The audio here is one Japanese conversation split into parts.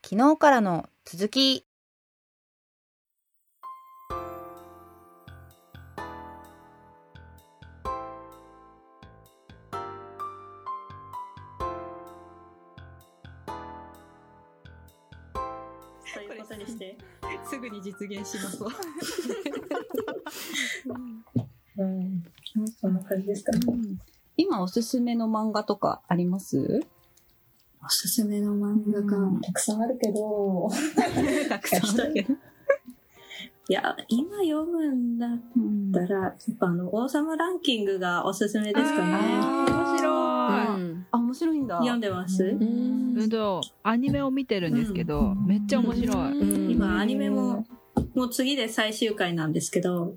昨日からの続き。 そういうことにしてすぐに実現しますわ。 そんな感じですかね。 今おすすめの漫画とかあります？ おすすめの漫画がたくさんあるけど、 たくさんあるけど。 いや、今読むんだったら、やっぱ王様ランキングがおすすめですかね。 面白い。あ、面白いんだ。 読んでます？ アニメを見てるんですけど、めっちゃ面白い。 今アニメもう次で最終回なんですけど、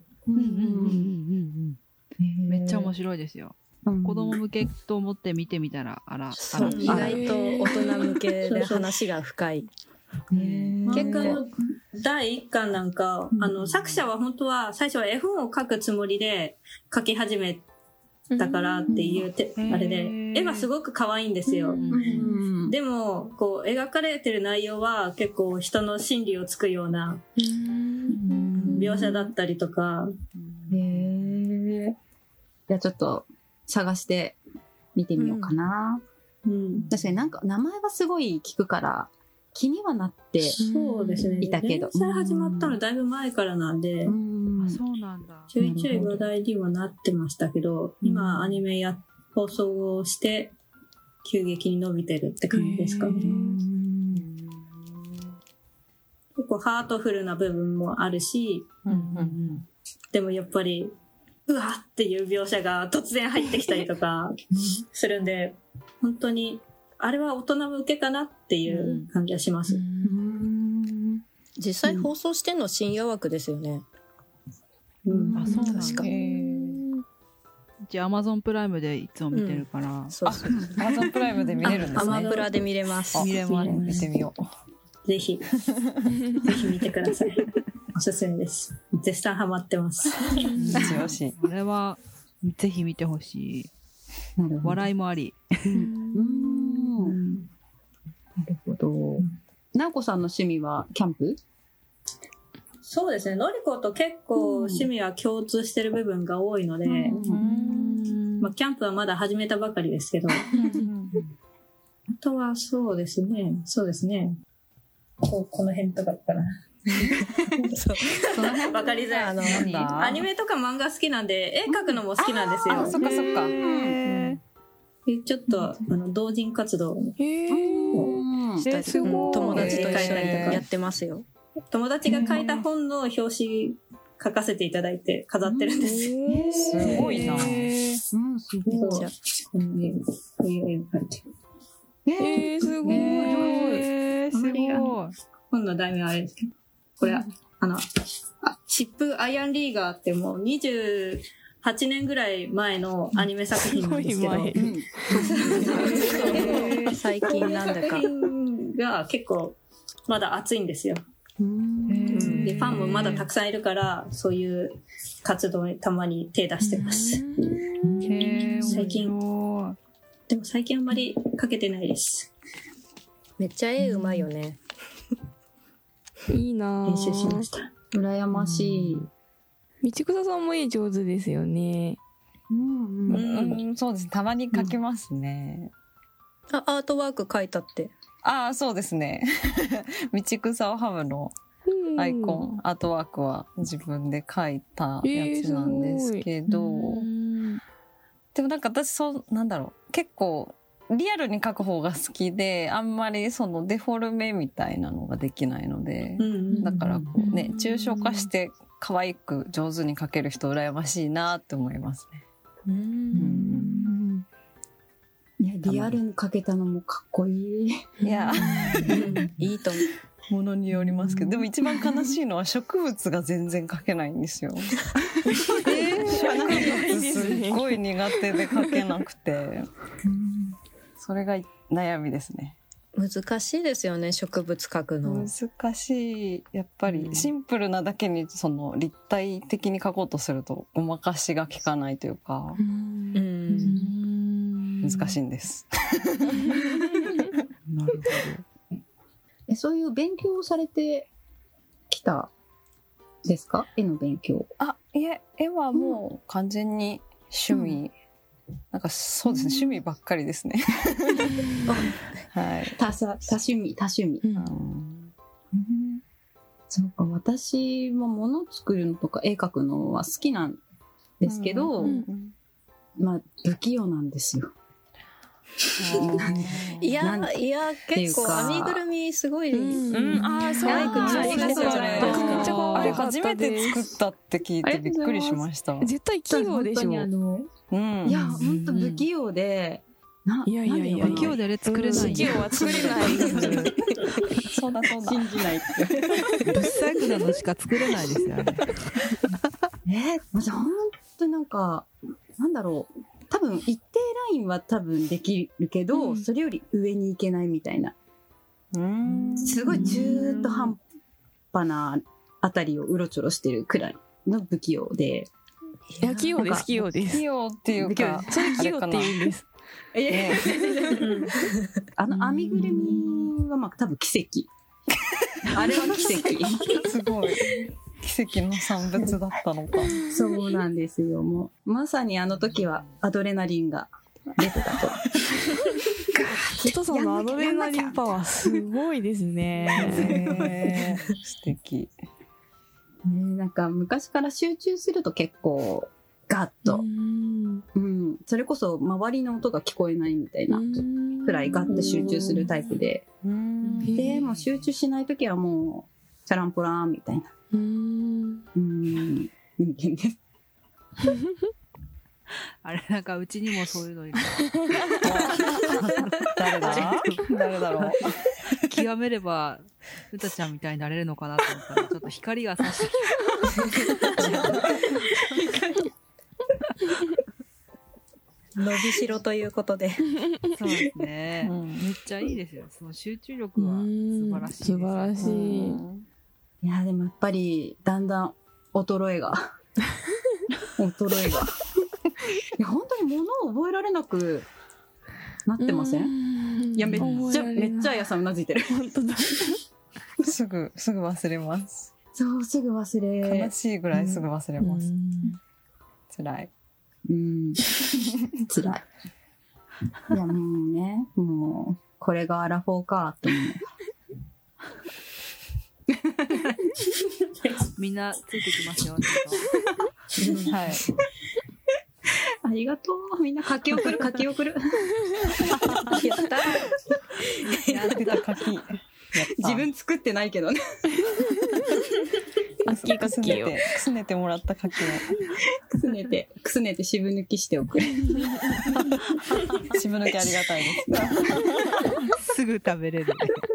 めっちゃ面白いですよ。子供向けと思って見てみたら、 意外と大人向けで話が深い。 結果第1巻なんか、作者は本当は最初は絵本を描くつもりで描き始めたからっていうあれで、絵はすごく可愛いんですよ。でもこう描かれてる内容は結構人の心理をつくような描写だったりとか。 じゃあちょっと探して見てみようかな。確かになんか名前はすごい聞くから気にはなってそうですね。 いたけど、 連載始まったのだいぶ前からなんで、 そうなんだ。 ちょいちょい話題にはなってましたけど、今アニメ放送をして急激に伸びてるって感じですかね。結構ハートフルな部分もあるし、でもやっぱりうわっていう描写が突然入ってきたりとかするんで、本当にあれは大人向けかなっていう感じがします。 実際放送してんの深夜枠ですよね。 あ、そうなんだ。 確か。 うち Amazon プライムでいつも見てるから。 そうそう。 Amazon プライムで見れるんですね。 アマプラで見れます。 見れます。 見てみよう。ぜひ見てください。おすすめです。絶賛ハマってます。 強し。 これはぜひ見てほしい。笑いもあり。 なるほど。直子さんの趣味はキャンプ？ そうですね。のりこと結構趣味は共通してる部分が多いので、まあ、キャンプはまだ始めたばかりですけど、あとはそうですね。この辺とかかな。わかりづらい。アニメとか漫画好きなんで、絵描くのも好きなんですよ。 そっかそっか。 ちょっと同人活動をしたり、友達と一緒にやってますよ。 友達が書いた本の表紙書かせていただいて飾ってるんです。 すごいな。 すごい。 じゃあこういう絵を描いて。 すごい。すごい。 本の題名はあれですけど、これはチップアイアンリーガーってもう28年ぐらい前のアニメ作品なんですけど、 最近なんだか作品が結構まだ熱いんですよ。でファンもまだたくさんいるから、そういう活動にたまに手出してます。最近あんまり描けてないです。 めっちゃ絵うまいよね。 いいなぁ。 練習しました。 羨ましい。 道草さんも絵上手ですよね。 そうです。たまに描きますね。 アートワーク描いたって。 そうですね。道草をハムのアイコン、アートワークは自分で描いたやつなんですけど、でもなんか私結構リアルに描く方が好きで、あんまりそのデフォルメみたいなのができないので、だからこうね、抽象化して可愛く上手に描ける人羨ましいなって思いますね。 いや、リアルに描けたのもかっこいい。 いや、 いいと思う。 ものによりますけど、でも一番悲しいのは植物が全然描けないんですよ。植物すっごい苦手で描けなくて、それが悩みですね。 難しいですよね、植物描くの。 難しい。やっぱりシンプルなだけにその立体的に描こうとするとごまかしが効かないというか、難しいんです。 なるほど。 そういう勉強をされてきたですか？絵の勉強。 いえ、絵はもう完全に趣味。なんかそうですね、趣味ばっかりですね。はい。 多趣味。そうか、私も物作るのとか絵描くのは好きなんですけど、まあ不器用なんですよ。 いや結構編みぐるみすごい。そうですよね。あれ初めて作ったって聞いてびっくりしました。 絶対器用でしょ。 いや本当不器用で。 いや不器用であれ作れない。 不器用は作れない。 そうだ。 信じないって。 ブサイクなのしか作れないですよね。 マジ本当なんかなんだろう。多分一定ラインは多分できるけど、それより上に行けないみたいな。すごい中途半端なあたりをうろちょろしてるくらいの不器用で。 いや、器用です。器用っていうか、 それ器用って言うんです。 編みぐるみはまあ多分奇跡。あれは奇跡。 すごい。奇跡の産物だったのか。 そうなんですよ。もうまさにあの時はアドレナリンが出てたと。 お父さんのアドレナリンパワーすごいですね。 素敵。 なんか昔から集中すると結構ガッと、それこそ周りの音が聞こえないみたいなくらいガッと集中するタイプで、でも集中しない時はもうチャランポランみたいな。人間です。 あれなんかうちにもそういうのいる。 誰だろう。 極めればうたちゃんみたいになれるのかなと思ったらちょっと光が差してきた。伸びしろということで。 そうですね。めっちゃいいですよ。その集中力は素晴らしいです。 素晴らしい。 いやでもやっぱりだんだん衰えがいや本当に物を覚えられなくなってません？いやめっちゃあやさんうなずいてる。本当だ。 すぐ忘れます。 そうすぐ忘れ。 悲しいぐらいすぐ忘れます。辛い。 辛い。いやもうこれがアラフォーかって思う。 みんなついてきますよ。 はい。 ありがとう。みんな書き送る。やった。 やってた書き。 自分作ってないけどね。 くすねてもらった書きを。 くすねて渋抜きしておく。 渋抜きありがたいです。 すぐ食べれる。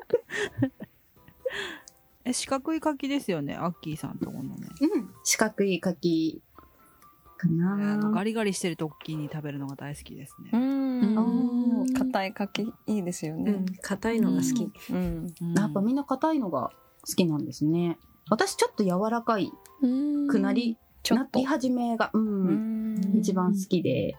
四角い柿ですよね、アッキーさんとこのね。 四角い柿かな。 ガリガリしてる時に食べるのが大好きですね。 硬い柿いいですよね。 硬いのが好き。 やっぱみんな硬いのが好きなんですね。私ちょっと柔らかいくなり始めが一番好きで。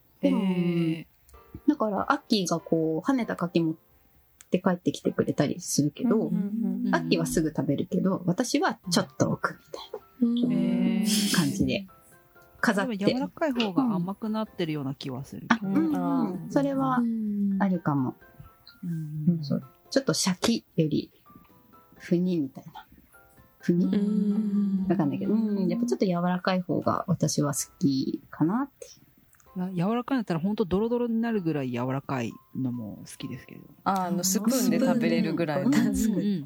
だからアッキーがこう跳ねた柿持って帰ってきてくれたりするけど、アッキーはすぐ食べるけど、私はちょっと置くみたいな感じで飾って。 柔らかい方が甘くなってるような気はする。 それはあるかも。ちょっとシャキよりふにみたいな。ふにわかんないけど、やっぱちょっと柔らかい方が私は好きかなって。 柔らかいんだったら本当ドロドロになるぐらい柔らかいのも好きですけど。 スプーンで食べれるぐらいの。 なんか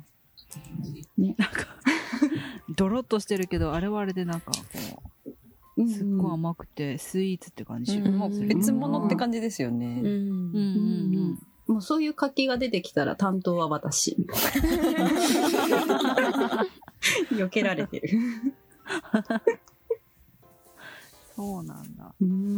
ドロッとしてるけど、あれはあれでなんかこうすっごい甘くてスイーツって感じ。 もう別物って感じですよね。 もうそういう柿が出てきたら担当は私。避けられてる。 そうなんだ。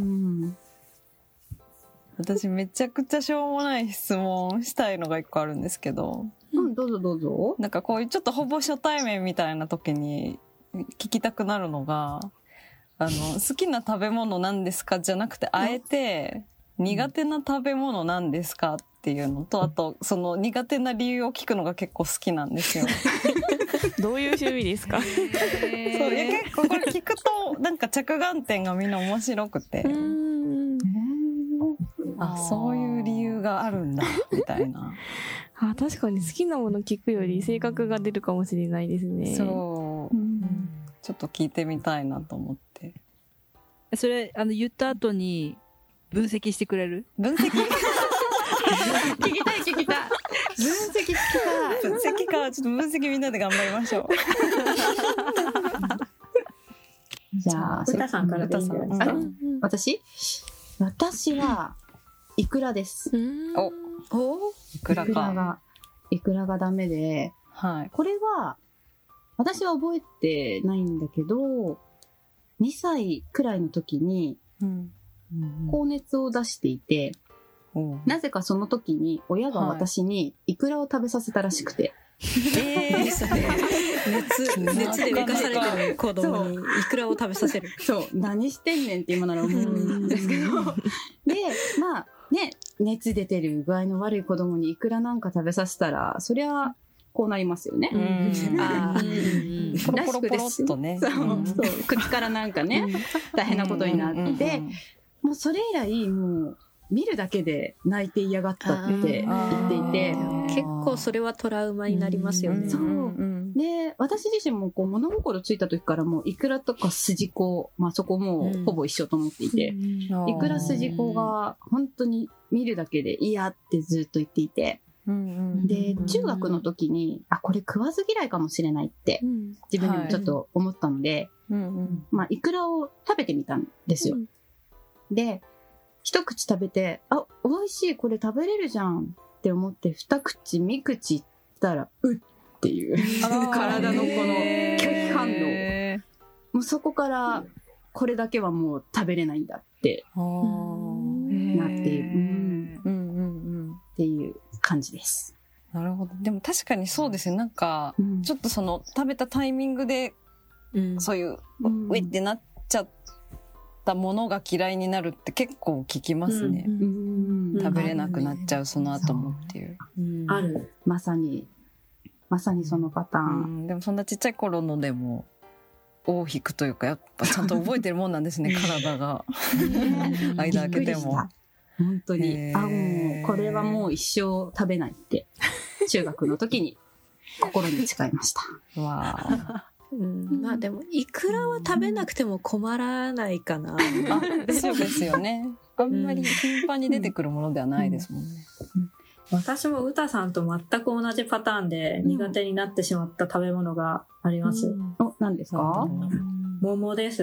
私めちゃくちゃしょうもない質問したいのが一個あるんですけど。 どうぞどうぞ。 なんかこういうちょっとほぼ初対面みたいな時に聞きたくなるのが、好きな食べ物なんですかじゃなくて、あえて苦手な食べ物なんですかっっていうのと、あとその苦手な理由を聞くのが結構好きなんですよ。 どういう趣味ですか？ そういや結構これ聞くとなんか着眼点がみんな面白くて、あ、そういう理由があるんだみたいな。 あ、確かに好きなもの聞くより性格が出るかもしれないですね。 そう、ちょっと聞いてみたいなと思って。 それ言った後に分析してくれる？ 分析？ 聞きたい聞きたい。分析聞きたい。 分析か、ちょっと分析みんなで頑張りましょう。 じゃあ、 歌さんからでいいんじゃないですか。 私は、イクラです。 イクラか。 イクラがダメで、 はい。 これは、私は覚えてないんだけど、2歳くらいの時に、高熱を出していて、なぜかその時に親が私にイクラを食べさせたらしくて。 熱で寝かされてる子供にイクラを食べさせる。 そう、何してんねんって今なら思うんですけど。で、まあね、熱出てる具合の悪い子供にイクラなんか食べさせたら、そりゃこうなりますよね。 ポロポロポロっとね。 そう、口からなんかね、大変なことになって、もうそれ以来もう見るだけで泣いて嫌がったって言っていて、 結構それはトラウマになりますよね。 そう。で、私自身もこう物心ついた時からもうイクラとかスジコ、まあそこもうほぼ一緒と思っていて、イクラスジコが本当に見るだけで嫌ってずっと言っていて、で、中学の時に、あ、これ食わず嫌いかもしれないって自分でもちょっと思ったので、まあイクラを食べてみたんですよ。で、一口食べて、あ、美味しい、これ食べれるじゃんって思って、二口、三口ったら、うっていう体のこの拒否反応。もうそこから、これだけはもう食べれないんだってなっている。っていう感じです。 なるほど。でも確かにそうですね。なんか、ちょっとその食べたタイミングで、そういう、ウェってなっちゃったものが嫌いになるって結構聞きますね。食べれなくなっちゃうその後もっていう。 ある。まさにそのパターン。 でもそんなちっちゃい頃のでも、尾を引くというか、やっぱちゃんと覚えてるもんなんですね、体が。間開けても。 本当に。あ、もう、これはもう一生食べないって、中学の時に心に誓いました。 わー。 まあでも、イクラは食べなくても困らないかな。 そうですよね。あんまり頻繁に出てくるものではないですもんね。 私も歌さんと全く同じパターンで苦手になってしまった食べ物があります。 何ですか？ 桃です。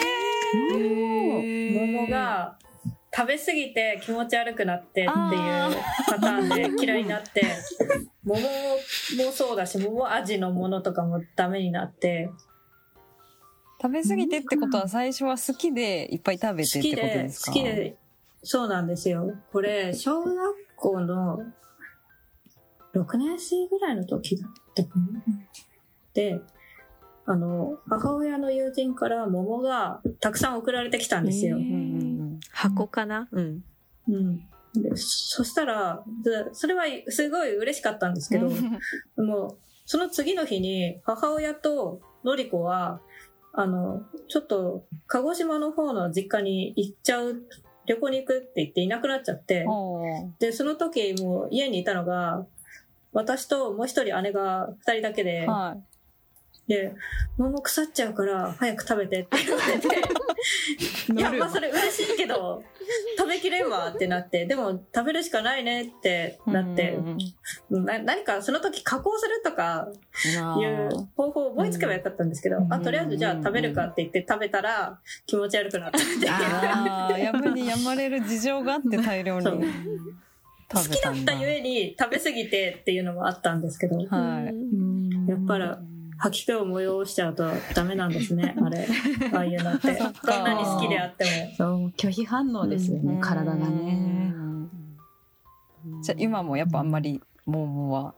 桃が食べ過ぎて気持ち悪くなってっていうパターンで嫌いになって、桃もそうだし、桃味のものとかもダメになって。 食べ過ぎてってことは最初は好きでいっぱい食べてってことですか？ 好きで、そうなんですよ。これ、小学校の6年生ぐらいの時だったかな。で、母親の友人から桃がたくさん送られてきたんですよ。 箱かな？ で、そしたら、それはすごい嬉しかったんですけど、もう、その次の日に母親とのりこは、ちょっと鹿児島の方の実家に行っちゃう、旅行に行くって言っていなくなっちゃって、で、その時もう家にいたのが、私ともう一人姉が2人だけで、で、桃腐っちゃうから早く食べてって言われて、いや、まあそれ嬉しいけど、食べきれんわってなって、でも食べるしかないねってなって、何かその時加工するとかいう方法を思いつけばよかったんですけど、とりあえずじゃあ食べるかって言って食べたら気持ち悪くなったって。 やむにやまれる事情があって大量に。 好きだったゆえに食べ過ぎてっていうのもあったんですけど、やっぱり吐き気を催しちゃうとダメなんですね、あれ。ああいうのって。どんなに好きであっても。 そう、拒否反応ですよね、体がね。 じゃあ今もやっぱあんまり桃は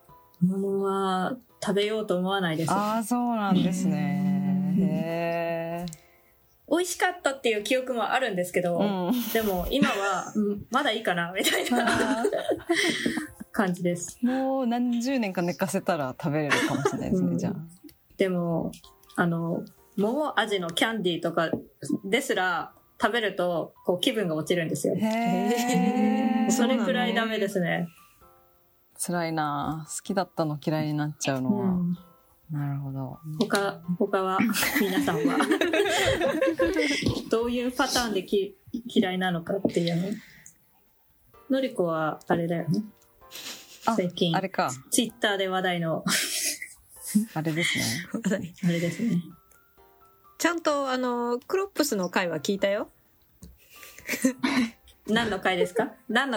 食べようと思わないです。 ああ、そうなんですね。へ美味しかったっていう記憶もあるんですけど、でも今は、まだいいかなみたいな感じです。 もう何十年か寝かせたら食べれるかもしれないですね、じゃあ。 でも、桃味のキャンディーとかですら食べるとこう気分が落ちるんですよ。それくらいダメですね。 辛いな。好きだったの嫌いになっちゃうのは。なるほど。 他は皆さんはどういうパターンで嫌いなのかっていうの。のりこはあれだよね。最近あれか。 ツイッターで話題のあれですね。 あれですね。 ちゃんとクロップスの回は聞いたよ。 何の回ですか？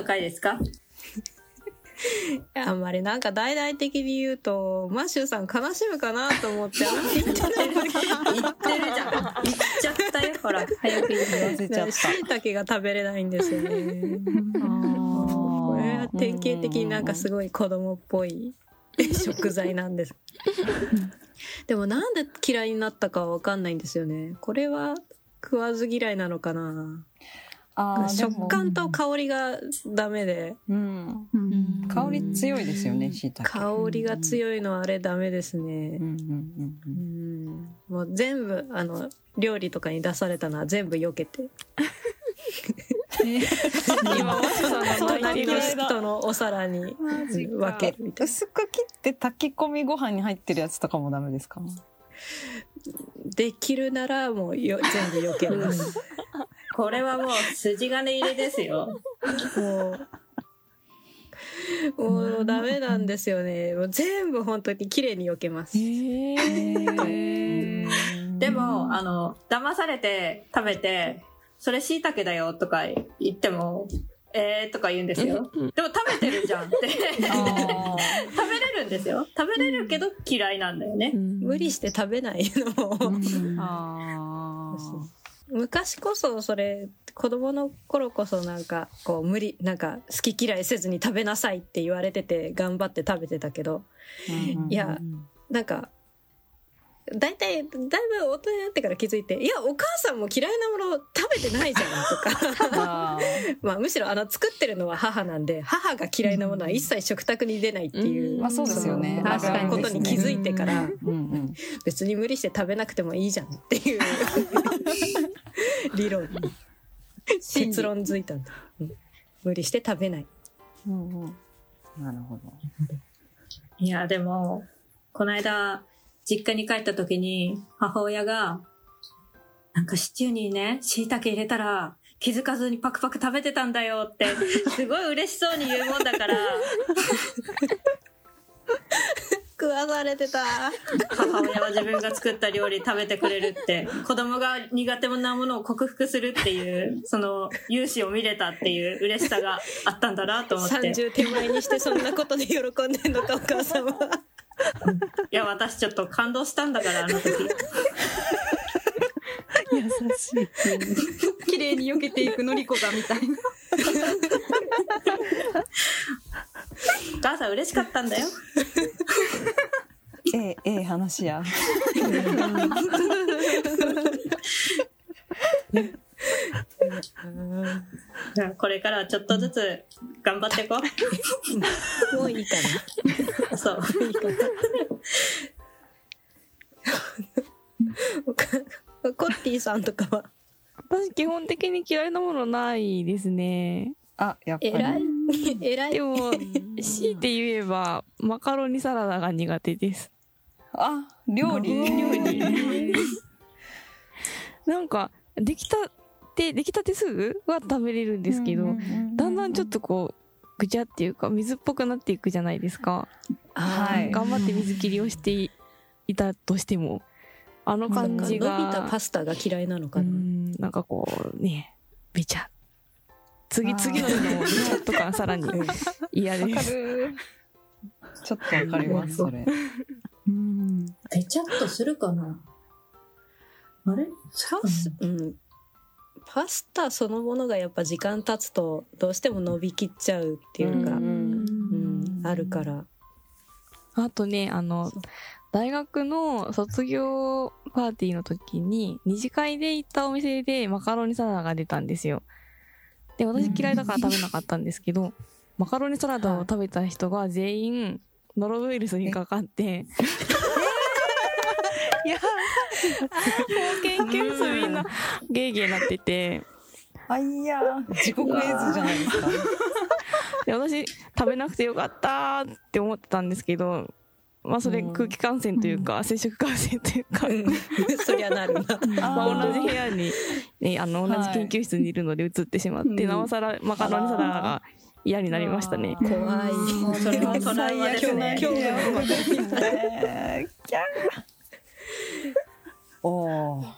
あんまりなんか大々的に言うとマッシュさん悲しむかなと思ってあんまり言ってない。 言ってるじゃん。言っちゃったよ。ほら早く言わせちゃった。 椎茸が食べれないんですよね。これは典型的になんかすごい子供っぽい食材なんです。でもなんで嫌いになったかは分かんないんですよね。これは食わず嫌いなのかな。食感と香りがダメで、 香り強いですよね、椎茸。 香りが強いのはあれダメですね。もう全部料理とかに出されたのは全部避けて。今マシさんの隣の人のお皿に分けるみたいな。 薄く切って炊き込みご飯に入ってるやつとかもダメですか？ できるならもう全部避けます。 これはもう筋金入れですよ。 もうダメなんですよね。もう全部本当に綺麗に避けます。 でも騙されて食べてそれ椎茸だよとか言ってもとか言うんですよ。でも食べてるじゃんって食べれるんですよ。食べれるけど嫌いなんだよね。 無理して食べないのも。昔こそそれ子供の頃こそなんかこうなんか好き嫌いせずに食べなさいって言われてて頑張って食べてたけど、いやなんかだいぶ大人になってから気づいて、いやお母さんも嫌いなもの食べてないじゃんとかまあむしろ作ってるのは母なんで、母が嫌いなものは一切食卓に出ないっていう、 そうですよね。 ことに気づいてから別に無理して食べなくてもいいじゃんっていう理論結論づいたんだ。無理して食べない。 なるほど。 いやでもこの間実家に帰った時に母親がなんかシチューにね椎茸入れたら気づかずにパクパク食べてたんだよってすごい嬉しそうに言うもんだから食わされてた。 母親は自分が作った料理食べてくれるって子供が苦手なものを克服するっていうその勇姿を見れたっていう嬉しさがあったんだなと思って。 30手前にしてそんなことで喜んでんのかお母さんは。 いや私ちょっと感動したんだからあの時。 優しい。綺麗に避けていくのりこがみたいな。 お母さん嬉しかったんだよ。 話や。 これからちょっとずつ頑張っていこう。もういいかな。 そう。 いいかな。コッティさんとかは？ 私基本的に嫌いなものないですね。 やっぱり。 偉い。 でも強いて言えばマカロニサラダが苦手です。 料理。 なんか出来たてすぐは食べれるんですけど、だんだんちょっとこうぐちゃっていうか水っぽくなっていくじゃないですか。頑張って水切りをしていたとしても感じが伸びたパスタが嫌いなのかな。 なんかこうねべちゃ次の日のべちゃっとかさらに嫌です。 ちょっとわかりますそれ。 べちゃっとするかな。あれ？ パスタそのものがやっぱ時間経つとどうしても伸びきっちゃうっていうか、あるから。 あとね、大学の卒業パーティーの時に、二次会で行ったお店でマカロニサラダが出たんですよ。で、私嫌いだから食べなかったんですけど、マカロニサラダを食べた人が全員、ノロウイルスにかかって、いや、研究室みんなゲーゲーなってて、 あいや自国絵図じゃないですか。 で、私食べなくてよかったって思ってたんですけど、まあそれ空気感染というか、接触感染というか、 そりゃなるな。 まあ同じ部屋に、ね、同じ研究室にいるので移ってしまって、なおさらマカロニサラダが嫌になりましたね。 怖い。 それはトラウマですね。 今日おー。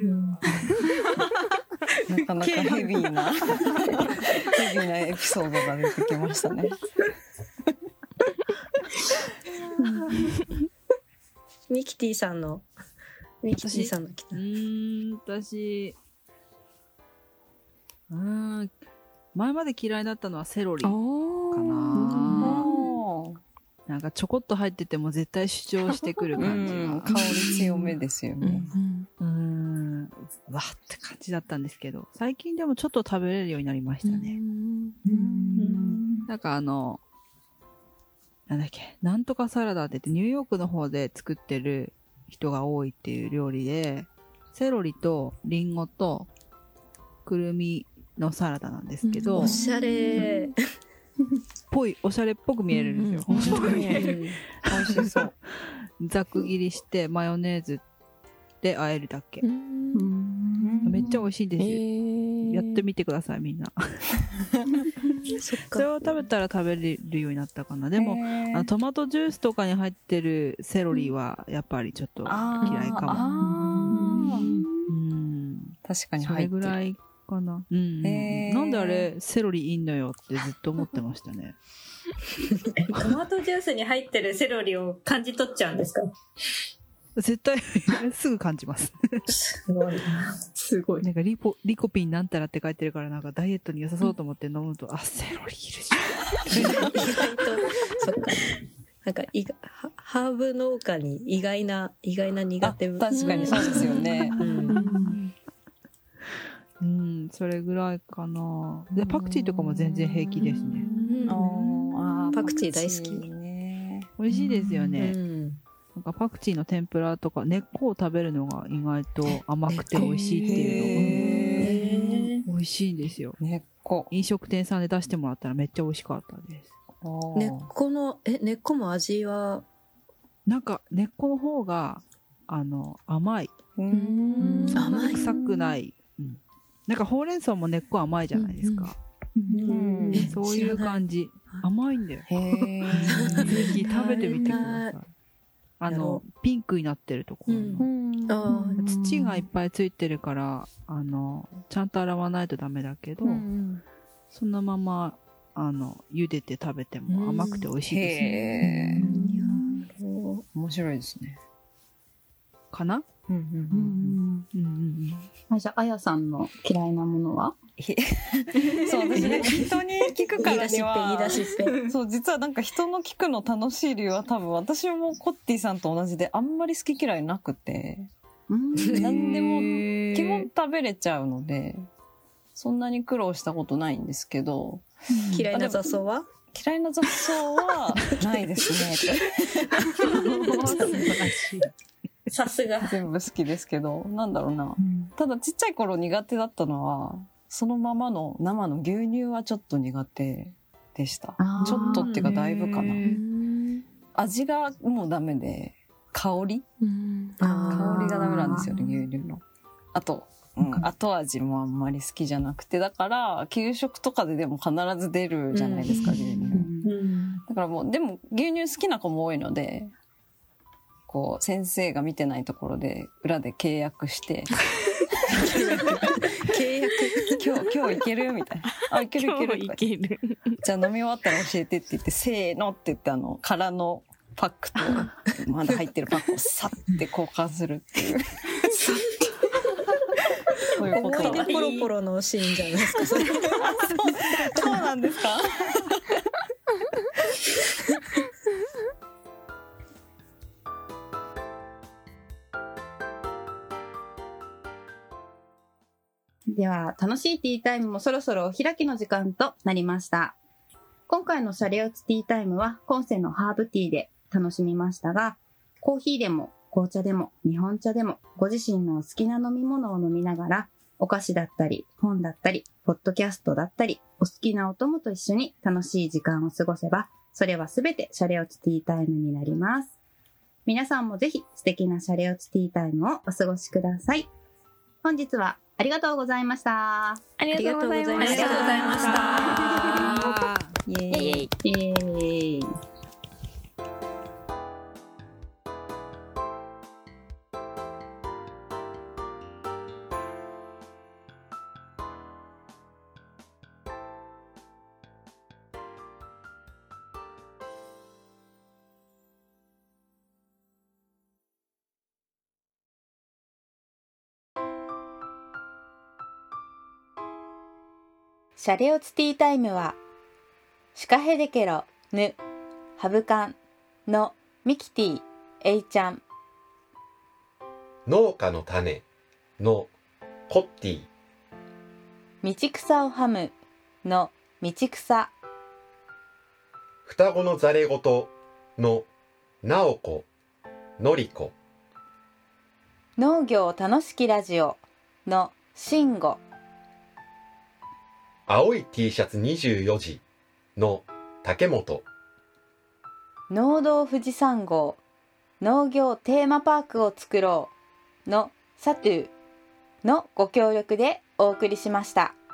なかなかヘビーなエピソードが出てきましたね。 ミキティさんの来た。 私、前まで嫌いだったのはセロリかな。なんかちょこっと入ってても絶対主張してくる感じが、 香り強めですよね。 わーって感じだったんですけど、最近でもちょっと食べれるようになりましたね。なんかなんだっけ、なんとかサラダって言ってニューヨークの方で作ってる人が多いっていう料理で、セロリとリンゴとくるみのサラダなんですけど、 おしゃれおしゃれっぽく見えるんですよ。 美味しそう。 ざく切りしてマヨネーズで和えるだけ。めっちゃ美味しいですよ。やってみてください、みんな。それを食べたら食べれるようになったかな。でもトマトジュースとかに入ってるセロリはやっぱりちょっと嫌いかも。 確かにそれぐらいかな。なんであれセロリいんのよってずっと思ってましたね。 トマトジュースに入ってるセロリを感じ取っちゃうんですか？ 絶対すぐ感じます。 すごいな。 すごい。 なんかリコピンなんたらって書いてるから、なんかダイエットに良さそうと思って飲むと、セロリいるじゃん。 意外と、そっか。なんかハーブ農家に意外な苦手分。 確かにそうですよね。 それぐらいかな。で、パクチーとかも全然平気ですね。 パクチー大好き。 美味しいですよね。なんかパクチーの天ぷらとか根っこを食べるのが意外と甘くて美味しいっていうのが美味しいんですよ。 根っこ。 飲食店さんで出してもらったらめっちゃ美味しかったです。 根っこも味はなんか根っこの方が甘い。 甘い。 臭くない。なんかほうれん草も根っこ甘いじゃないですか。そういう感じ。甘いんだよ。ぜひ食べてみてください。ピンクになってるところ、土がいっぱいついてるからちゃんと洗わないとダメだけど、そのまま茹でて食べても甘くて美味しいですね。 面白いですね。 かな？ じゃあ、あやさんの嫌いなものは？ そう、私ね、人に聞くからには、 言い出しっぺ。 そう、実はなんか人の聞くの楽しい理由は多分私もコッティさんと同じであんまり好き嫌いなくて、何でも基本食べれちゃうので、そんなに苦労したことないんですけど。 嫌いな雑草は？ 嫌いな雑草はないですね。 さすが。 全部好きですけど、なんだろうな。ただちっちゃい頃苦手だったのは、そのままの生の牛乳はちょっと苦手でした。ちょっとっていうかだいぶかな。味がもうダメで、香りがダメなんですよね、牛乳の。あと、後味もあんまり好きじゃなくて、だから給食とかででも必ず出るじゃないですか、牛乳。だからもう、でも牛乳好きな子も多いので、こう先生が見てないところで裏で契約して契約今日いけるみたいな。いける。じゃあ飲み終わったら教えてって言って、せーのって言って空のパックとまだ入ってるパックをさって交換するっていう。そういうこと思い出ポロポロのシーンじゃないですか、それ。 そうなんですか？ では、楽しいティータイムもそろそろお開きの時間となりました。今回のシャレオツティータイムは今世のハーブティーで楽しみましたが、コーヒーでも紅茶でも日本茶でもご自身の好きな飲み物を飲みながら、お菓子だったり本だったりポッドキャストだったりお好きなお供と一緒に楽しい時間を過ごせば、それはすべてシャレオツティータイムになります。皆さんもぜひ素敵なシャレオツティータイムをお過ごしください。本日はありがとうございました。 ありがとうございました。 ありがとうございました。 イエーイ。イエーイ。 シャレオツティータイムは、シュカヘデケロ、ヌ、ハブカン、の、ミキティ、エイちゃん。 農家の種、の、コッティ。 道草をはむ、の、道草。 双子のざれごと、の、なおこ、のりこ。 農業楽しきラジオ、の、しんご。 青い T シャツ24時の竹本。 農道富士山号農業テーマパークを作ろうのサトゥーのご協力でお送りしました。